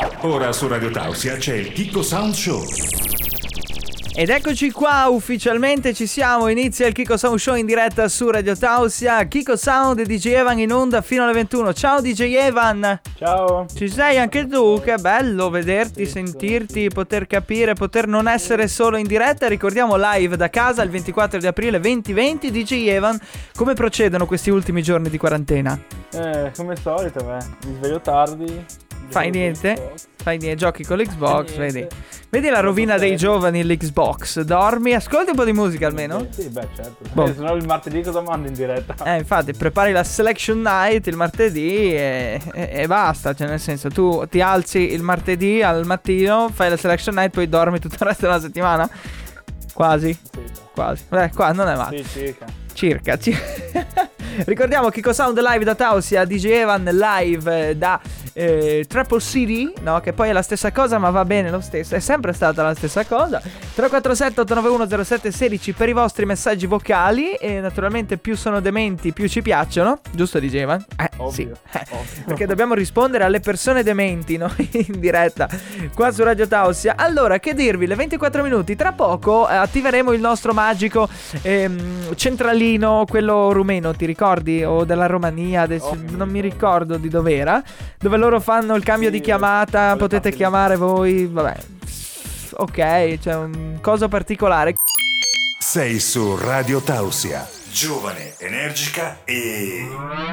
Ora su Radio Tausia c'è il Chicco Sound Show. Ed eccoci qua, ufficialmente ci siamo, inizia il Chicco Sound Show in diretta su Radio Tausia. Chicco Sound e DJ Evan in onda fino alle 21. Ciao DJ Evan. Ciao. Ci sei anche tu? Che bello vederti, sentirti, poter capire, poter non essere solo in diretta. Ricordiamo live da casa il 24 di aprile 2020. DJ Evan, come procedono questi ultimi giorni di quarantena? Come al solito, mi sveglio tardi. Fai niente? Giochi con l'Xbox, vedi la rovina dei giovani, l'Xbox. Dormi, ascolti un po' di musica almeno? Sì, certo. Se no il martedì cosa mando in diretta? Infatti prepari la selection night il martedì e basta. Cioè nel senso, tu ti alzi il martedì al mattino, fai la selection night, poi dormi tutto il resto della settimana? Quasi? Sì. Quasi. Qua non è male. Sì, Circa. Ricordiamo Chicco Sound live da Tausia, DJ Evan live da Triple City, no? Che poi è la stessa cosa, ma va bene lo stesso. È sempre stata la stessa cosa. 347 891 0716 per i vostri messaggi vocali. E naturalmente più sono dementi più ci piacciono. Giusto DJ Evan? Ovvio, sì. ovvio. Perché dobbiamo rispondere alle persone dementi, no? In diretta qua su Radio Tausia. Allora, che dirvi, le 24 minuti tra poco attiveremo il nostro magico centralino, quello rumeno, ti ricordi? O della Romania, non mi ricordo di dov'era, dove loro fanno il cambio di chiamata, potete chiamare voi, vabbè. Ok, c'è un coso particolare. Sei su Radio Tausia, giovane, energica e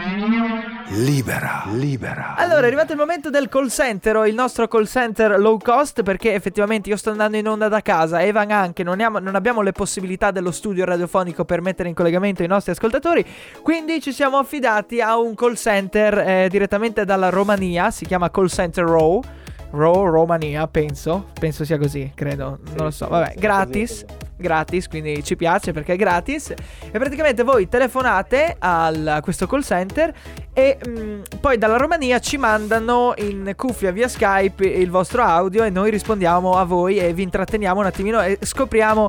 libera. Allora è arrivato il momento del call center, il nostro call center low cost, perché effettivamente io sto andando in onda da casa, Evan anche, non abbiamo le possibilità dello studio radiofonico per mettere in collegamento i nostri ascoltatori, quindi ci siamo affidati a un call center direttamente dalla Romania, si chiama Call Center Romania, penso sia così, credo, non lo so, vabbè, gratis, quindi ci piace perché è gratis. E praticamente voi telefonate a questo call center e poi dalla Romania ci mandano in cuffia via Skype il vostro audio e noi rispondiamo a voi e vi intratteniamo un attimino e scopriamo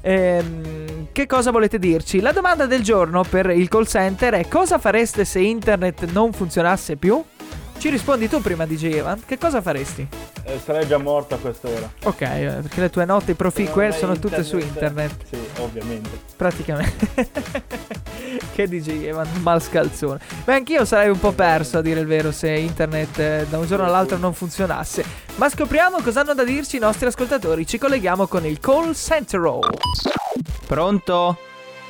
che cosa volete dirci. La domanda del giorno per il call center è: cosa fareste se internet non funzionasse più? Ci rispondi tu prima, DJ Evan. Che cosa faresti? Sarei già morto a quest'ora. Ok, perché le tue notti proficue sono tutte su internet. Sì, ovviamente. Praticamente. Che DJ Evan, mascalzone. Beh, anch'io sarei un po' perso, a dire il vero, se internet da un giorno all'altro non funzionasse. Ma scopriamo cosa hanno da dirci i nostri ascoltatori. Ci colleghiamo con il call center. Pronto?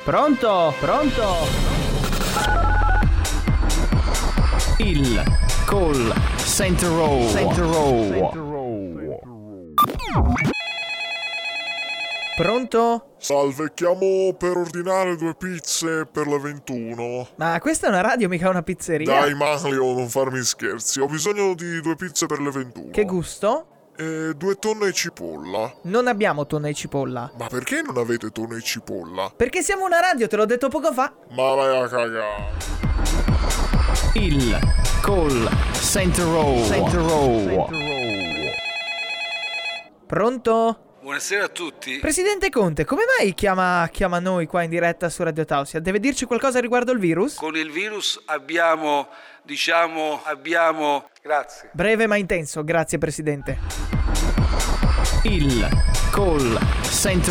Il call center. Pronto? Salve, chiamo per ordinare 2 pizze per le 21. Ma questa è una radio, mica una pizzeria. Dai Mario, non farmi scherzi. Ho bisogno di 2 pizze per le 21. Che gusto? 2 tonne e cipolla. Non abbiamo tonno e cipolla. Ma perché non avete tonno e cipolla? Perché siamo una radio, te l'ho detto poco fa. Ma vai a cagare. Il call center. Pronto? Buonasera a tutti. Presidente Conte, come mai chiama noi qua in diretta su Radio Tausia? Deve dirci qualcosa riguardo il virus? Con il virus abbiamo... Grazie. Breve ma intenso, grazie Presidente. Il call center.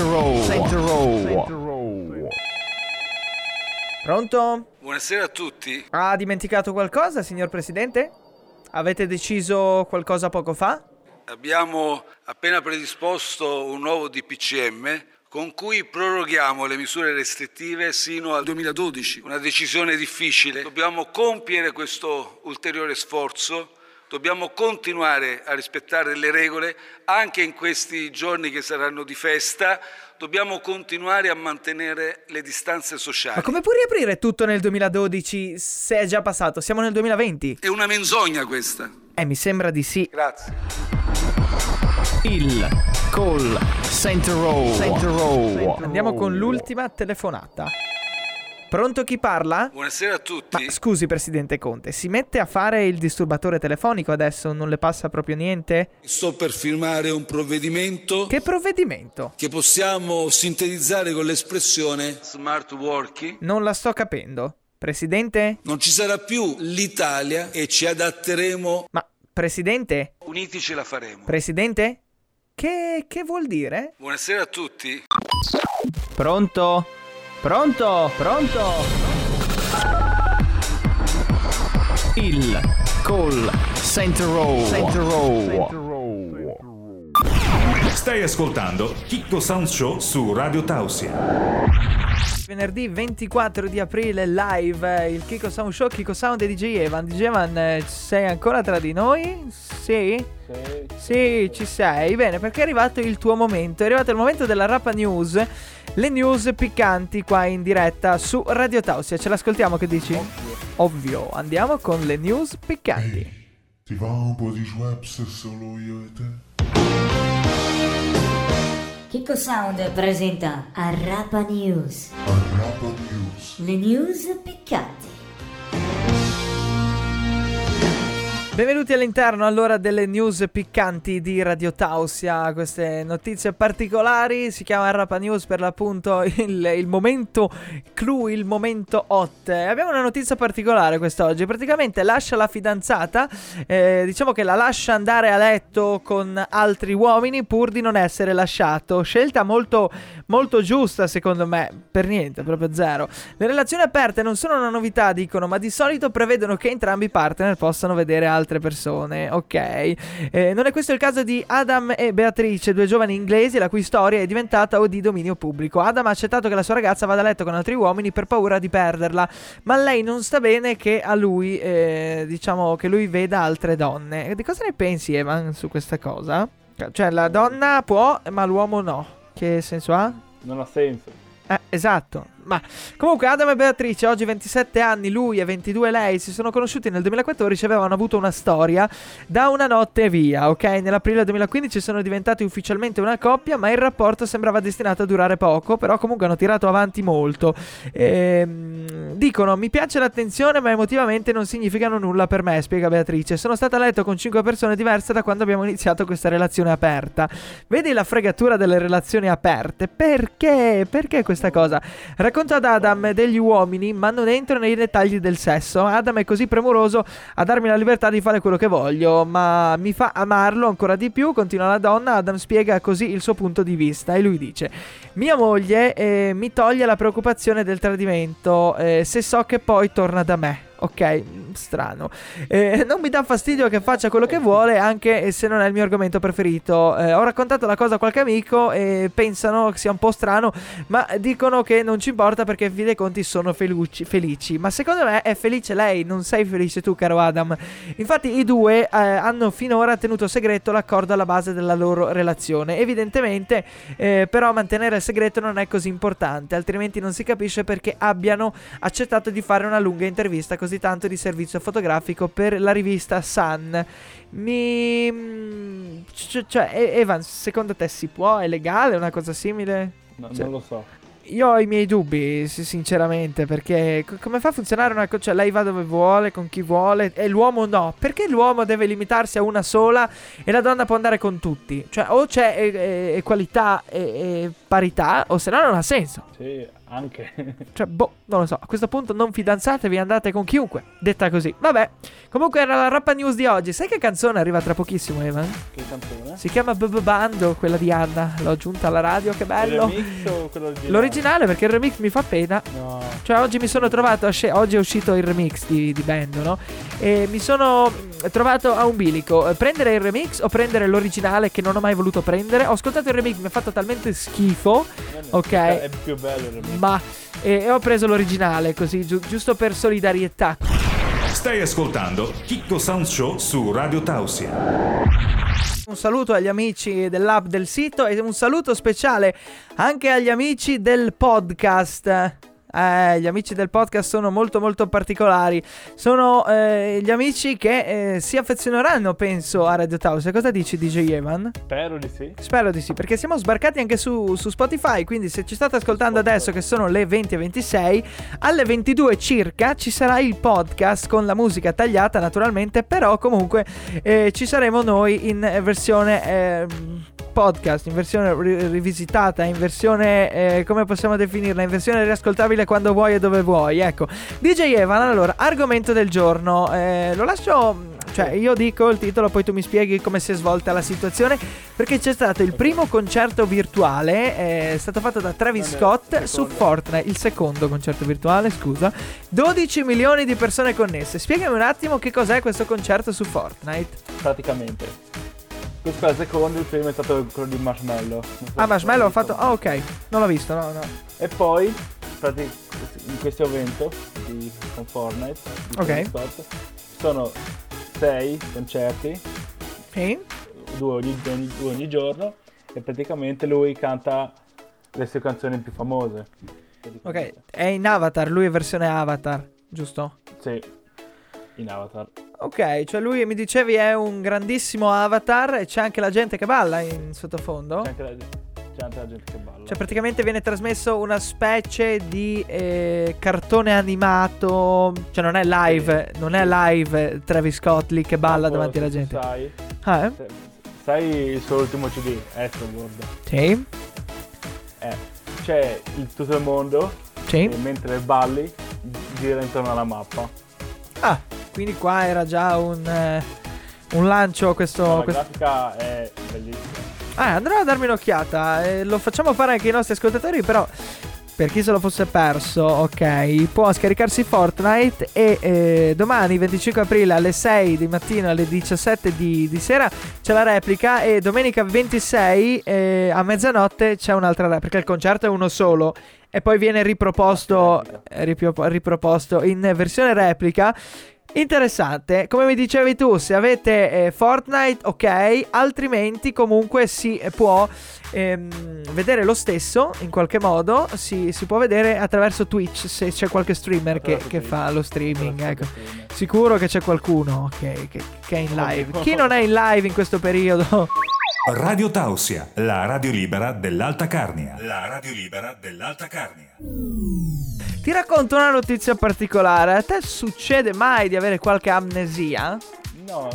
Pronto? Buonasera a tutti. Ha dimenticato qualcosa, signor Presidente? Avete deciso qualcosa poco fa? Abbiamo appena predisposto un nuovo DPCM con cui proroghiamo le misure restrittive sino al 2012. Una decisione difficile. Dobbiamo compiere questo ulteriore sforzo. Dobbiamo continuare a rispettare le regole anche in questi giorni che saranno di festa. Dobbiamo continuare a mantenere le distanze sociali. Ma come puoi riaprire tutto nel 2012 se è già passato? Siamo nel 2020. È una menzogna questa. Mi sembra di sì. Grazie. Il call center. Andiamo con l'ultima telefonata. Pronto, chi parla? Buonasera a tutti. Ma scusi Presidente Conte, si mette a fare il disturbatore telefonico adesso? Non le passa proprio niente? Sto per firmare un provvedimento. Che provvedimento? Che possiamo sintetizzare con l'espressione smart working. Non la sto capendo. Presidente? Non ci sarà più l'Italia e ci adatteremo. Ma Presidente? Uniti ce la faremo. Presidente? Che vuol dire? Buonasera a tutti. Pronto? Pronto? Il Call Center Row. Stai ascoltando Chicco Sound Show su Radio Tausia. Venerdì 24 di aprile live il Chicco Sound Show, Chicco Sound e DJ Evan. DJ Evan, sei ancora tra di noi? Sì? Sì, ci sei. Bene, perché è arrivato il tuo momento. È arrivato il momento della Rapa News. Le news piccanti qua in diretta su Radio Tausia. Ce l'ascoltiamo, che dici? Ovvio. Andiamo con le news piccanti. Ehi, ti va un po' di Schweppes solo io e te? Chicco Sound presenta Arrapa News. Arrapa News. Le news piccanti. Benvenuti all'interno allora delle news piccanti di Radio Tausia. Queste notizie particolari, si chiama Rapa News per l'appunto il momento clou, il momento hot. Abbiamo una notizia particolare quest'oggi. Praticamente lascia la fidanzata, diciamo che la lascia andare a letto con altri uomini pur di non essere lasciato. Scelta molto, molto giusta secondo me, per niente, proprio zero. Le relazioni aperte non sono una novità, dicono, ma di solito prevedono che entrambi i partner possano vedere altre persone, ok? Non è questo il caso di Adam e Beatrice, due giovani inglesi la cui storia è diventata di dominio pubblico. Adam ha accettato che la sua ragazza vada a letto con altri uomini per paura di perderla, ma lei non sta bene che a lui, diciamo, che lui veda altre donne. Di cosa ne pensi, Evan, su questa cosa? Cioè, la donna può, ma l'uomo no. Che senso ha? Non ha senso. Esatto. Ma comunque Adam e Beatrice, oggi 27 anni, lui e 22 lei, si sono conosciuti nel 2014 e avevano avuto una storia da una notte via, ok? Nell'aprile 2015 sono diventati ufficialmente una coppia, ma il rapporto sembrava destinato a durare poco, però comunque hanno tirato avanti molto. Dicono, mi piace l'attenzione, ma emotivamente non significano nulla per me, spiega Beatrice. Sono stata a letto con 5 persone diverse da quando abbiamo iniziato questa relazione aperta. Vedi la fregatura delle relazioni aperte? Perché? Perché questa cosa? Racconto ad Adam degli uomini, ma non entro nei dettagli del sesso. Adam è così premuroso a darmi la libertà di fare quello che voglio, ma mi fa amarlo ancora di più, continua la donna. Adam spiega così il suo punto di vista e lui dice: mia moglie mi toglie la preoccupazione del tradimento, se so che poi torna da me. Ok, strano. Non mi dà fastidio che faccia quello che vuole, anche se non è il mio argomento preferito. Ho raccontato la cosa a qualche amico e pensano che sia un po' strano, ma dicono che non ci importa perché in fin dei conti sono felici. Ma secondo me è felice lei, non sei felice tu, caro Adam. Infatti i due hanno finora tenuto segreto l'accordo alla base della loro relazione. Evidentemente però mantenere il segreto non è così importante, altrimenti non si capisce perché abbiano accettato di fare una lunga intervista così tanto di servizio fotografico per la rivista Sun. Cioè, Evan, secondo te si può? È legale una cosa simile? No, cioè, non lo so. Io ho i miei dubbi, sinceramente, perché come fa a funzionare una cosa? Cioè, lei va dove vuole, con chi vuole, e l'uomo no. Perché l'uomo deve limitarsi a una sola e la donna può andare con tutti? Cioè, o c'è equalità e parità, o se no non ha senso. Sì, anche. Cioè, non lo so. A questo punto non fidanzatevi, andate con chiunque. Detta così. Vabbè. Comunque era la Rapa News di oggi. Sai che canzone arriva tra pochissimo, Evan? Che canzone? Si chiama Bando, quella di Anna. L'ho aggiunta alla radio, che bello. Il remix o quello originale? L'originale, perché il remix mi fa pena. No. Cioè, oggi mi sono trovato oggi è uscito il remix di Bando, no? E mi sono trovato a un bilico. Prendere il remix o prendere l'originale, che non ho mai voluto prendere. Ho ascoltato il remix, mi ha fatto talmente schifo. Ok. È più bello il remix. Ma e ho preso l'originale, così giusto per solidarietà. Stai ascoltando Chicco Sound Show su Radio Tausia. Un saluto agli amici dell'app del sito e un saluto speciale anche agli amici del podcast. Gli amici del podcast sono molto molto particolari. Sono gli amici che si affezioneranno, penso, a Radio Tausia. Cosa dici, DJ Evan? Spero di sì. Spero di sì, perché siamo sbarcati anche su Spotify. Quindi se ci state ascoltando adesso, che sono le 20:26, alle 22 circa ci sarà il podcast con la musica tagliata, naturalmente. Però comunque ci saremo noi in versione podcast, in versione rivisitata, in versione come possiamo definirla, in versione riascoltabile quando vuoi e dove vuoi. Ecco, DJ Evan, allora, argomento del giorno, lo lascio, Cioè io dico il titolo, poi tu mi spieghi come si è svolta la situazione, perché c'è stato il primo concerto virtuale, è stato fatto da Travis Scott su Fortnite, il secondo concerto virtuale, scusa, 12 milioni di persone connesse. Spiegami un attimo che cos'è questo concerto su Fortnite. Praticamente. Questo è il secondo, il primo è stato quello di Marshmello. Marshmello ha fatto... ok, non l'ho visto, no. E poi, in questo evento con Fortnite, di Ok. Scott, sono 6 concerti, Sì? 2 ogni giorno, e praticamente lui canta le sue canzoni più famose. Ok, è in Avatar, lui è versione Avatar, giusto? Sì, in Avatar. Ok, cioè lui, mi dicevi, è un grandissimo Avatar e c'è anche la gente che balla in sottofondo? C'è anche la gente che balla. Cioè praticamente viene trasmesso una specie di cartone animato. Cioè non è live Travis Scott lì che balla davanti alla gente. Sai il suo ultimo CD, Astroworld? Sì. C'è tutto il mondo Sì. e mentre balli gira intorno alla mappa. Ah, quindi qua era già un lancio questo... La grafica è bellissima. Andrò a darmi un'occhiata. Lo facciamo fare anche ai nostri ascoltatori, però per chi se lo fosse perso, ok, può scaricarsi Fortnite e domani 25 aprile alle 6 di mattino alle 17 di sera c'è la replica, e domenica 26 a mezzanotte c'è un'altra replica. Il concerto è uno solo e poi viene riproposto in versione replica. Interessante, come mi dicevi tu, se avete Fortnite, ok, altrimenti comunque si può vedere lo stesso in qualche modo, si può vedere attraverso Twitch, se c'è qualche streamer che fa lo streaming, ecco. Sicuro che c'è qualcuno che è in live. Chi non è in live in questo periodo? Radio Tausia, la radio libera dell'Alta Carnia. La radio libera dell'Alta Carnia. Ti racconto una notizia particolare. A te succede mai di avere qualche amnesia? No.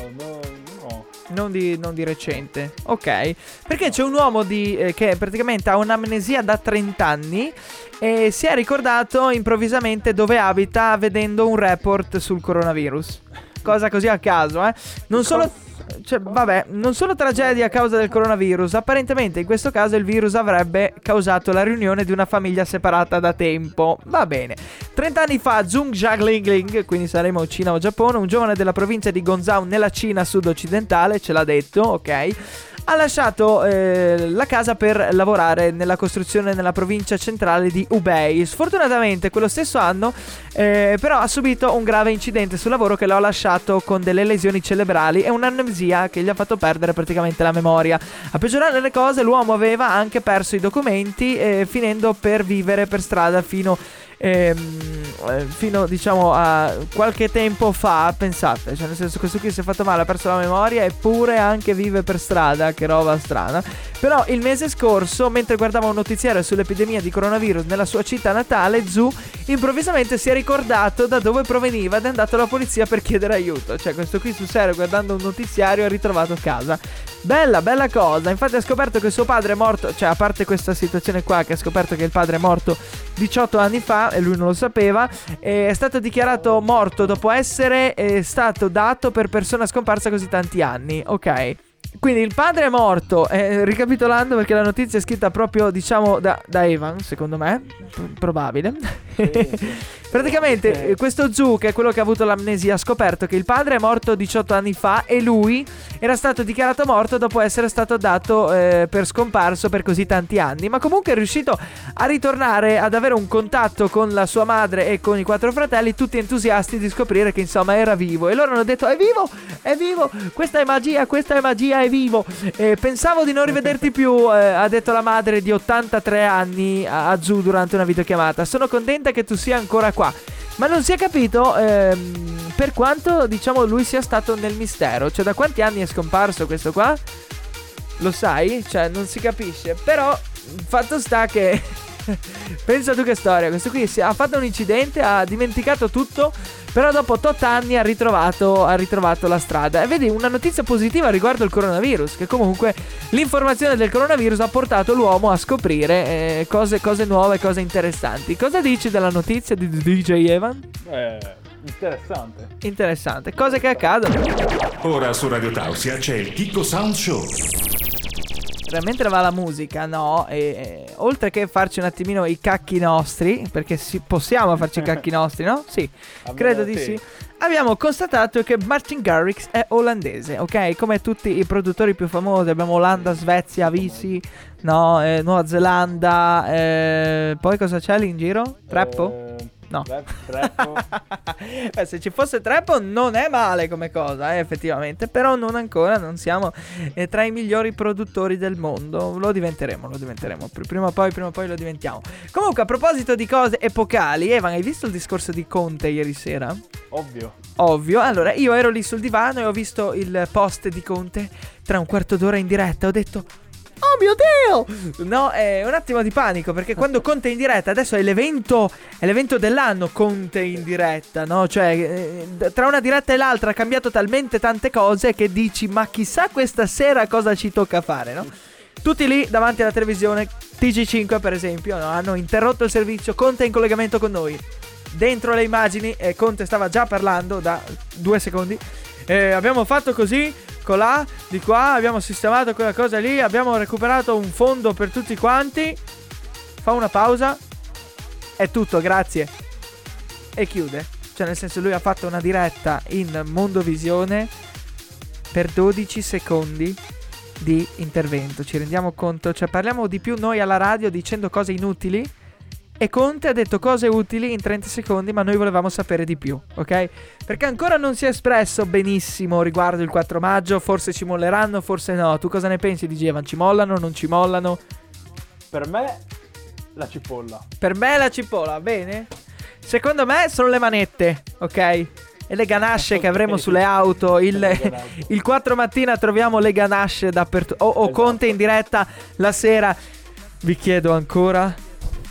Non di recente. Ok. Perché c'è un uomo che praticamente ha un'amnesia da 30 anni e si è ricordato improvvisamente dove abita vedendo un report sul coronavirus. Cosa così a caso, Non solo... Cioè, vabbè, non solo tragedie a causa del coronavirus. Apparentemente in questo caso il virus avrebbe causato la riunione di una famiglia separata da tempo. Va bene. 30 anni fa Zhong Jialing, quindi saremo Cina o Giappone, un giovane della provincia di Guangzhou nella Cina sud-occidentale, ce l'ha detto, ok, ha lasciato la casa per lavorare nella costruzione nella provincia centrale di Hubei. Sfortunatamente quello stesso anno però ha subito un grave incidente sul lavoro che lo ha lasciato con delle lesioni cerebrali e un'amnesia che gli ha fatto perdere praticamente la memoria. A peggiorare le cose, l'uomo aveva anche perso i documenti, finendo per vivere per strada fino diciamo a qualche tempo fa. Pensate, cioè nel senso, questo qui si è fatto male, ha perso la memoria eppure anche vive per strada. Che roba strana. Però il mese scorso, mentre guardava un notiziario sull'epidemia di coronavirus nella sua città natale, Zhu improvvisamente si è ricordato da dove proveniva ed è andato alla polizia per chiedere aiuto. Cioè questo qui sul serio, guardando un notiziario, ha ritrovato casa. Bella cosa. Infatti ha scoperto che suo padre è morto. Cioè, a parte questa situazione qua, che ha scoperto che il padre è morto 18 anni fa e lui non lo sapeva, è stato dichiarato morto dopo essere stato dato per persona scomparsa così tanti anni. Ok, quindi il padre è morto, ricapitolando, perché la notizia è scritta proprio, diciamo, da Evan, secondo me, probabile. Praticamente questo Zhu, che è quello che ha avuto l'amnesia, ha scoperto che il padre è morto 18 anni fa e lui era stato dichiarato morto dopo essere stato dato per scomparso per così tanti anni, ma comunque è riuscito a ritornare ad avere un contatto con la sua madre e con i 4 fratelli, tutti entusiasti di scoprire che insomma era vivo, e loro hanno detto: è vivo, questa è magia, è vivo. Pensavo di non rivederti più, ha detto la madre di 83 anni a Zhu durante una videochiamata. Sono contenta che tu sia ancora qua. Ma non si è capito per quanto, diciamo, lui sia stato nel mistero. Cioè, da quanti anni è scomparso questo qua? Lo sai? Cioè, non si capisce. Però il fatto sta che pensa tu che storia. Questo qui ha fatto un incidente, ha dimenticato tutto, però dopo 8 anni ha ritrovato la strada. E vedi, una notizia positiva riguardo il coronavirus, che comunque l'informazione del coronavirus ha portato l'uomo a scoprire cose nuove, cose interessanti. Cosa dici della notizia di DJ Evan? Interessante. Cose che accadono. Ora su Radio Tausia c'è il Chicco Sound Show. Mentre va la musica, no, oltre che farci un attimino i cacchi nostri, perché possiamo farci i cacchi nostri, no? Sì, credo di sì. Abbiamo constatato che Martin Garrix è olandese, ok? Come tutti i produttori più famosi, abbiamo Olanda, Svezia, Avicii, no, Nuova Zelanda, poi cosa c'è lì in giro? Treppo? No. Treppo. Beh, se ci fosse Treppo non è male come cosa, effettivamente. Però non ancora, non siamo tra i migliori produttori del mondo. Lo diventeremo. Prima o poi lo diventiamo. Comunque, a proposito di cose epocali, Evan, hai visto il discorso di Conte ieri sera? Ovvio. Allora, io ero lì sul divano e ho visto il post di Conte tra un quarto d'ora in diretta. Ho detto: oh mio Dio! No, è un attimo di panico, perché quando Conte è in diretta, adesso è l'evento dell'anno, Conte in diretta, no? Cioè, tra una diretta e l'altra ha cambiato talmente tante cose che dici, ma chissà questa sera cosa ci tocca fare, no? Tutti lì davanti alla televisione, TG5 per esempio, no? Hanno interrotto il servizio, Conte è in collegamento con noi. Dentro le immagini, Conte stava già parlando da 2 secondi. Abbiamo fatto così, colà, di qua, abbiamo sistemato quella cosa lì, abbiamo recuperato un fondo per tutti quanti. Fa una pausa. È tutto, grazie. E chiude. Cioè, nel senso, lui ha fatto una diretta in Mondovisione per 12 secondi di intervento. Ci rendiamo conto? Cioè, parliamo di più noi alla radio dicendo cose inutili, e Conte ha detto cose utili in 30 secondi, ma noi volevamo sapere di più, ok? Perché ancora non si è espresso benissimo riguardo il 4 maggio, forse ci molleranno, forse no. Tu cosa ne pensi, dicevano? Ci mollano, non ci mollano? Per me la cipolla. Per me la cipolla, bene? Secondo me sono le manette, ok? E le ganasce che avremo sulle auto. Il 4 mattina troviamo le ganasce dappertutto. O esatto. Conte in diretta la sera. Vi chiedo ancora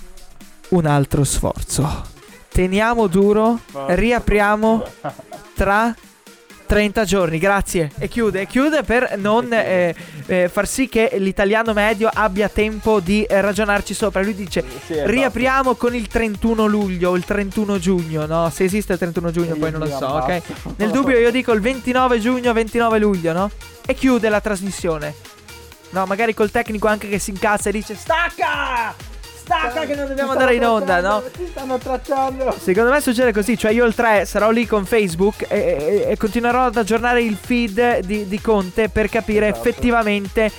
un altro sforzo. Teniamo duro. Riapriamo tra 30 giorni, grazie. E chiude per non far sì che l'italiano medio abbia tempo di ragionarci sopra. Lui dice esatto. Riapriamo con il 31 luglio o il 31 giugno, no? Se esiste il 31 giugno poi non lo so, ok? Nel dubbio io dico il 29 giugno, 29 luglio, no? E chiude la trasmissione. No, magari col tecnico anche che si incazza e dice stacca che non dobbiamo andare in onda, no? Ci stanno tracciando. Secondo me succede così. Cioè io il 3 sarò lì con Facebook e continuerò ad aggiornare il feed di Conte per capire esatto. Effettivamente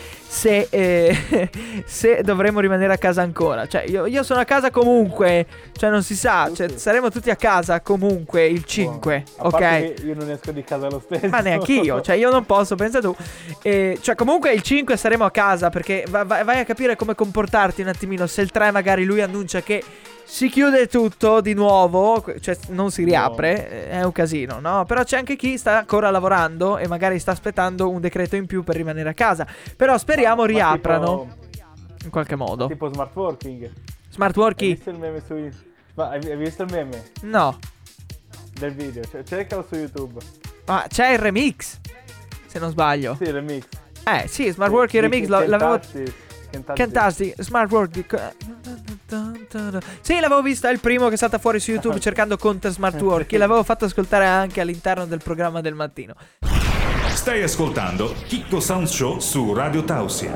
se dovremo rimanere a casa ancora. Cioè io sono a casa comunque. Cioè non si sa, cioè, saremo tutti a casa comunque il 5, ok? Io non esco di casa lo stesso. Ma neanche io, cioè io non posso, pensa tu. Cioè comunque il 5 saremo a casa, perché vai a capire come comportarti un attimino. Se il 3 magari lui annuncia che si chiude tutto di nuovo, cioè non si riapre, è un casino, no? Però c'è anche chi sta ancora lavorando e magari sta aspettando un decreto in più per rimanere a casa. Però speriamo riaprano in qualche modo. Tipo smart working. Smart working. Hai visto il meme? No. Del video, cercalo su YouTube. Ah, c'è il remix, se non sbaglio. Sì, il remix. Sì, smart working remix l'avevo... Kentassi, smart working. Sì, l'avevo vista, è il primo che è stata fuori su YouTube cercando Conte smart working. L'avevo fatto ascoltare anche all'interno del programma del mattino. Stai ascoltando Chicco Sound Show su Radio Tausia.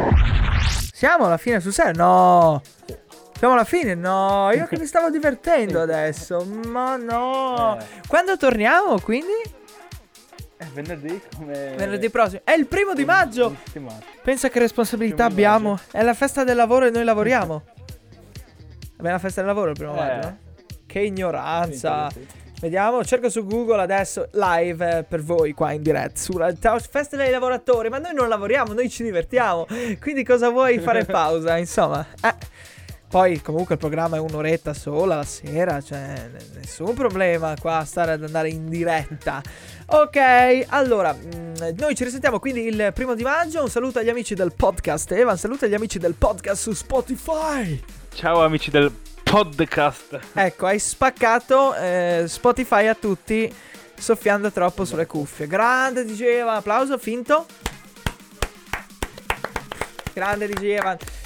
Siamo alla fine sul serio? No. Siamo alla fine? No, io che mi stavo divertendo adesso. Ma no. Quando torniamo, quindi? Venerdì come... Venerdì prossimo. È il 1 maggio. Pensa che responsabilità abbiamo. È la festa del lavoro e noi lavoriamo. Vabbè, la festa del lavoro il 1 maggio. Che ignoranza. Sì. Vediamo, cerco su Google adesso live per voi qua in diretta sulla festa dei lavoratori. Ma noi non lavoriamo, noi ci divertiamo. Quindi cosa vuoi fare pausa? Insomma, poi comunque il programma è un'oretta sola la sera, cioè nessun problema qua a stare ad andare in diretta. Ok, allora noi ci risentiamo quindi il 1 maggio. Un saluto agli amici del podcast. Evan, saluta gli amici del podcast su Spotify. Ciao amici del podcast. Ecco, hai spaccato Spotify a tutti soffiando troppo sulle cuffie. Grande DJ Evan, applauso finto. Grande DJ Evan.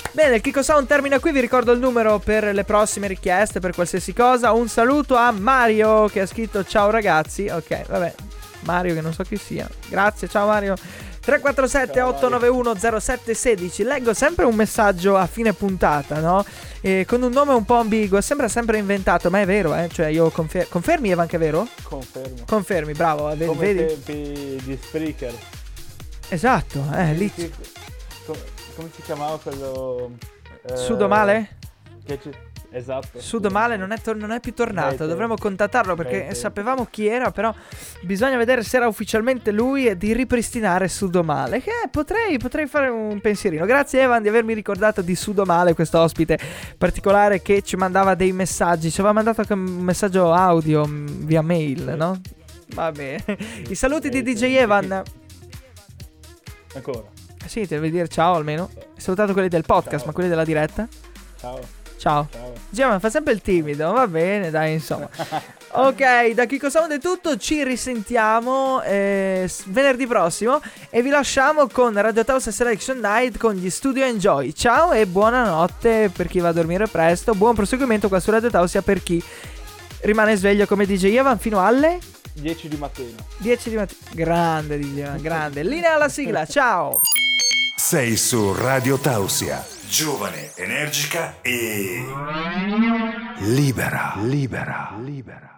Bene, il Kiko Sound termina qui. Vi ricordo il numero per le prossime richieste, per qualsiasi cosa. Un saluto a Mario che ha scritto ciao ragazzi. Ok, vabbè, Mario che non so chi sia. Grazie, ciao Mario. 347 891 0716. Leggo sempre un messaggio a fine puntata, no? Con un nome un po' ambiguo, sembra sempre inventato, ma è vero, cioè io confermi Evan che è vero? Confermo. Confermi, bravo, Come vedi? tempi di Spreaker. Esatto, lì Come si chiamava quello? Sudomale? Esatto. Sudomale non è più tornato, dovremmo contattarlo perché Beh, sapevamo chi era, però bisogna vedere se era ufficialmente lui e di ripristinare Sudomale, che potrei fare un pensierino. Grazie Evan di avermi ricordato di Sudomale, questo ospite particolare che ci mandava dei messaggi, ci aveva mandato anche un messaggio audio via mail, no? Va bene. I saluti di DJ Evan. Ancora. Sì, ti devi dire ciao almeno. Hai salutato quelli del podcast, Ciao. ma quelli della diretta? Ciao. Ciao. Gemma fa sempre il timido, va bene, dai, insomma. Ok, da Kiko Sound è tutto, ci risentiamo venerdì prossimo e vi lasciamo con Radio House Selection Night con gli Studio Enjoy. Ciao e buonanotte per chi va a dormire presto, buon proseguimento qua su Radio House per chi rimane sveglio come DJ Evan fino alle 10 di mattina. 10 di mattina. Grande DJ Evan, grande. Linea alla sigla, ciao. Sei su Radio Tausia, giovane, energica e libera.